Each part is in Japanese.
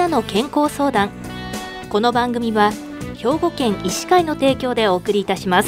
なの健康相談。この番組は兵庫県医師会の提供でお送りいたします。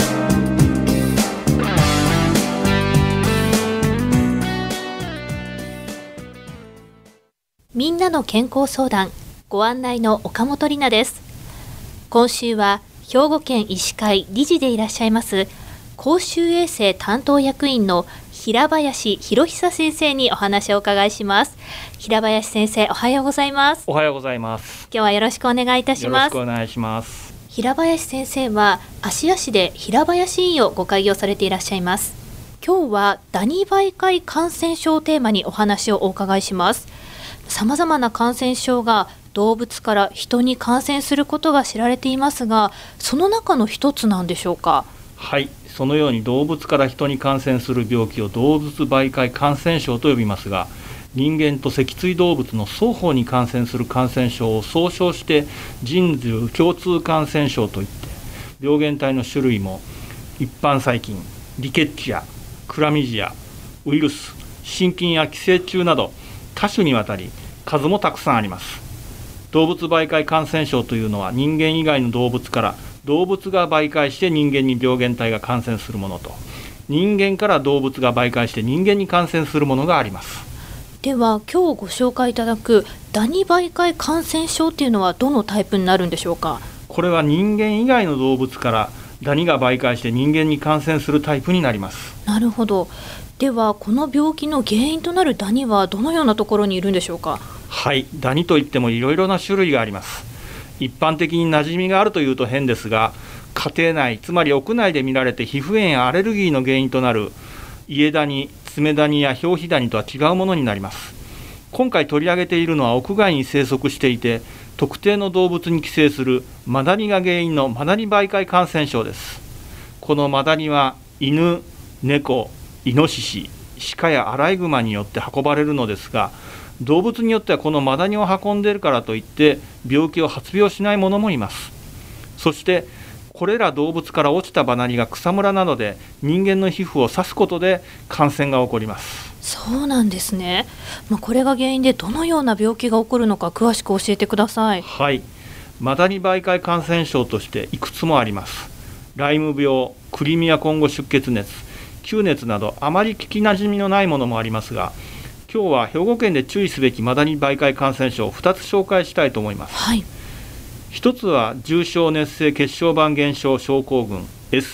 みんなの健康相談、ご案内の岡本里奈です。今週は兵庫県医師会理事でいらっしゃいます公衆衛生担当役員の平林博久先生にお話をお伺いします。平林先生、おはようございます。 おはようございます。 今日はよろしくお願いいたします。 よろしくお願いします。 平林先生は芦屋市で平林院をご開業されていらっしゃいます。今日はダニ媒介感染症をテーマにお話をお伺いします。さまざまな感染症が動物から人に感染することが知られていますが、その中の一つなんでしょうか？ はい、そのように動物から人に感染する病気を動物媒介感染症と呼びますが、人間と脊椎動物の双方に感染する感染症を総称して人獣共通感染症といって、病原体の種類も一般細菌、リケッチア、クラミジア、ウイルス、真菌や寄生虫など多種にわたり数もたくさんあります。動物媒介感染症というのは人間以外の動物から動物が媒介して人間に病原体が感染するものと、人間から動物が媒介して人間に感染するものがあります。 では今日ご紹介いただくダニ媒介感染症というのはどのタイプになるんでしょうか？ これは人間以外の動物からダニが媒介して人間に感染するタイプになります。 なるほど。ではこの病気の原因となるダニはどのようなところにいるんでしょうか？ はい、ダニといってもいろいろな種類があります。一般的に馴染みがあるというと変ですが、家庭内、つまり屋内で見られて皮膚炎やアレルギーの原因となる家ダニ、爪ダニや表皮ダニとは違うものになります。今回取り上げているのは屋外に生息していて特定の動物に寄生するマダニが原因のマダニ媒介感染症です。このマダニは犬、猫、イノシシ、鹿やアライグマによって運ばれるのですが、動物によってはこのマダニを運んでいるからといって病気を発病しないものもいます。そしてこれら動物から落ちたバナリが草むらなどで人間の皮膚を刺すことで感染が起こります。 そうなんですね。これが原因でどのような病気が起こるのか詳しく教えてください。 はい、マダニ媒介感染症としていくつもあります。ライム病、クリミアコンゴ出血熱、吸熱などあまり聞きなじみのないものもありますが、今日は兵庫県で注意すべきマダニ媒介感染症を2つ紹介したいと思います。 はい、 一つは重症熱性血小板減少症候群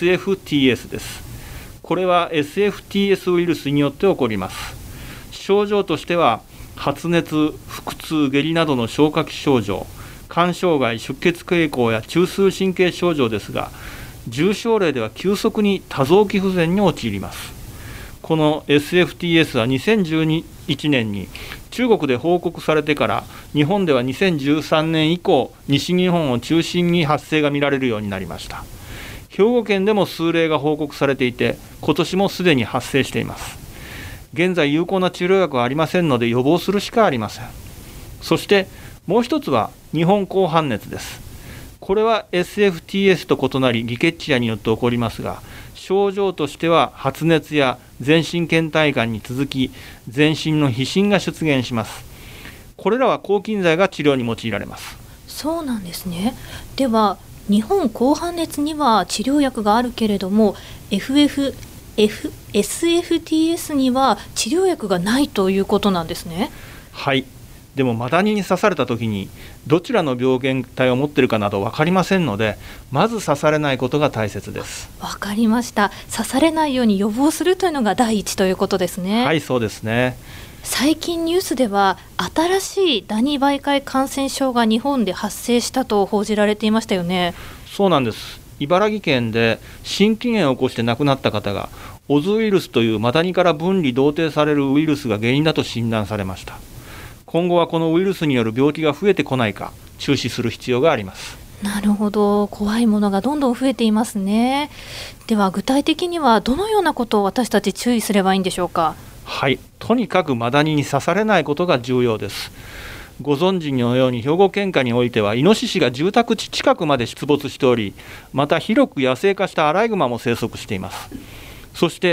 SFTS です。これは SFTS ウイルスによって起こります。症状としては発熱、腹痛、下痢などの消化器症状、肝障害、出血傾向や中枢神経症状ですが、重症例では急速に多臓器不全に陥ります。この SFTS は2011年に中国で報告されてから日本では2013年以降西日本を中心に発生が見られるようになりました。兵庫県でも数例が報告されていて今年もすでに発生しています。現在有効な治療薬はありませんので予防するしかありません。そしてもう一つは日本紅斑熱です。これは SFTS と異なりリケッチアによって起こりますが、症状としては発熱や全身倦怠感に続き全身の皮疹が出現します。これらは抗菌剤が治療に用いられます。 そうなんですね。では日本紅斑熱には治療薬があるけれども SFTS には治療薬がないということなんですね。 はい、でもマダニに刺された時にどちらの病原体を持っているかなど分かりませんので、まず刺されないことが大切です。 分かりました。刺されないように予防するというのが第一ということですね。 はい、そうですね。 最近ニュースでは新しいダニ媒介感染症が日本で発生したと報じられていましたよね。 そうなんです。茨城県で心筋炎を起こして亡くなった方がオズウイルスというマダニから分離同定されるウイルスが原因だと診断されました。今後はこのウイルスによる病気が増えてこないか注視する必要があります。 なるほど。怖いものがどんどん増えていますね。では具体的にはどのようなことを私たち注意すればいいんでしょうか？ はい、とにかくマダニに刺されないことが重要です。ご存知のように兵庫県下においてはイノシシが住宅地近くまで出没しており、また広く野生化したアライグマも生息しています。そして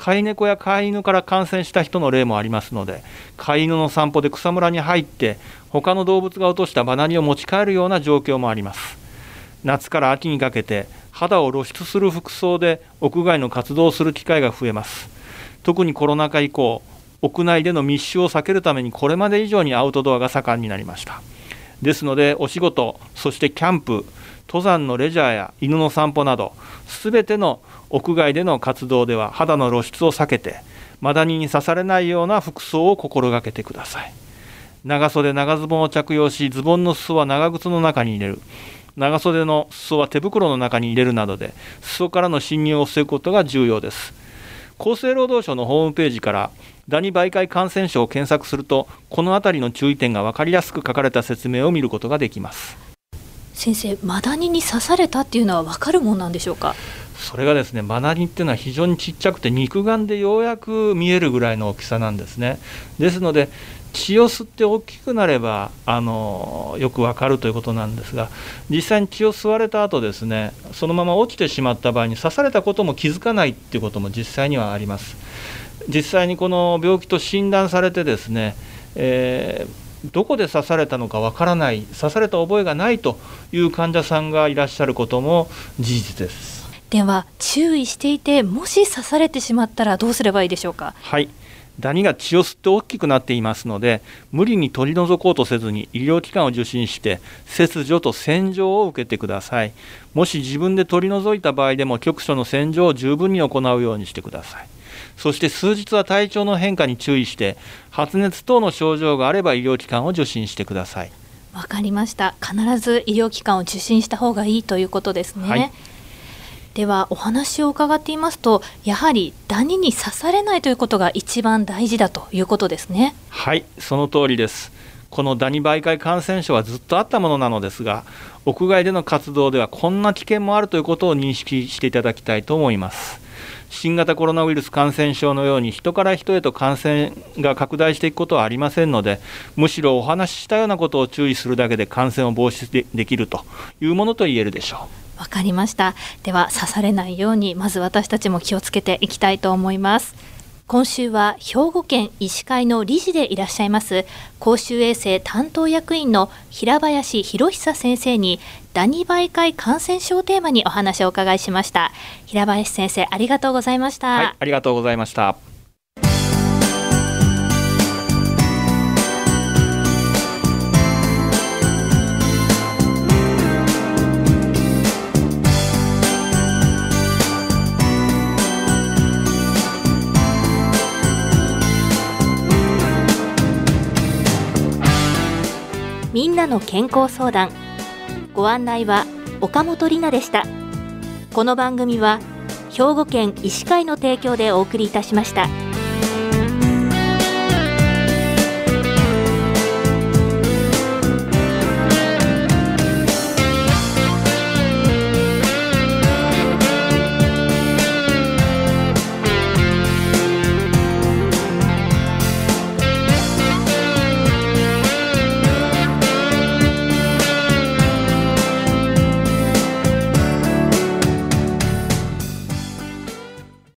飼い猫や飼い犬から感染した人の例もありますので、飼い犬の散歩で草むらに入って他の動物が落としたバナニを持ち帰るような状況もあります。夏から秋にかけて肌を露出する服装で屋外の活動をする機会が増えます。特にコロナ禍以降、屋内での密集を避けるためにこれまで以上にアウトドアが盛んになりました。ですのでお仕事、そしてキャンプ、登山のレジャーや犬の散歩などすべての屋外での活動では肌の露出を避けてマダニに刺されないような服装を心がけてください。長袖長ズボンを着用し、ズボンの裾は長靴の中に入れる、長袖の裾は手袋の中に入れるなどで裾からの侵入を防ぐことが重要です。厚生労働省のホームページからダニ媒介感染症を検索すると、このあたりの注意点が分かりやすく書かれた説明を見ることができます。 先生、マダニに刺されたっていうのは分かるもんなんでしょうか？ それがですね、マダニっていうのは非常にちっちゃくて肉眼でようやく見えるぐらいの大きさなんですね。ですので血を吸って大きくなればよくわかるということなんですが、実際に血を吸われた後ですね、そのまま落ちてしまった場合に刺されたことも気づかないっていうことも実際にはあります。実際にこの病気と診断されてですね、どこで刺されたのかわからない、刺された覚えがないという患者さんがいらっしゃることも事実です。 では注意していて、もし刺されてしまったらどうすればいいでしょうか？ はい、ダニが血を吸って大きくなっていますので、無理に取り除こうとせずに医療機関を受診して切除と洗浄を受けてください。もし自分で取り除いた場合でも局所の洗浄を十分に行うようにしてください。そして数日は体調の変化に注意して、発熱等の症状があれば医療機関を受診してください。 わかりました。必ず医療機関を受診した方がいいということですね。はい、ではお話を伺っていますと、やはりダニに刺されないということが一番大事だということですね。 はい、その通りです。このダニ媒介感染症はずっとあったものなのですが、屋外での活動ではこんな危険もあるということを認識していただきたいと思います。新型コロナウイルス感染症のように人から人へと感染が拡大していくことはありませんので、むしろお話ししたようなことを注意するだけで感染を防止できるというものと言えるでしょう。 わかりました。では刺されないようにまず私たちも気をつけていきたいと思います。今週は兵庫県医師会の理事でいらっしゃいます公衆衛生担当役員の平林博久先生にダニ媒介感染症をテーマにお話をお伺いしました。平林先生、ありがとうございました。 はい、ありがとうございました。 みんなの健康相談、ご案内は岡本里奈でした。この番組は兵庫県医師会の提供でお送りいたしました。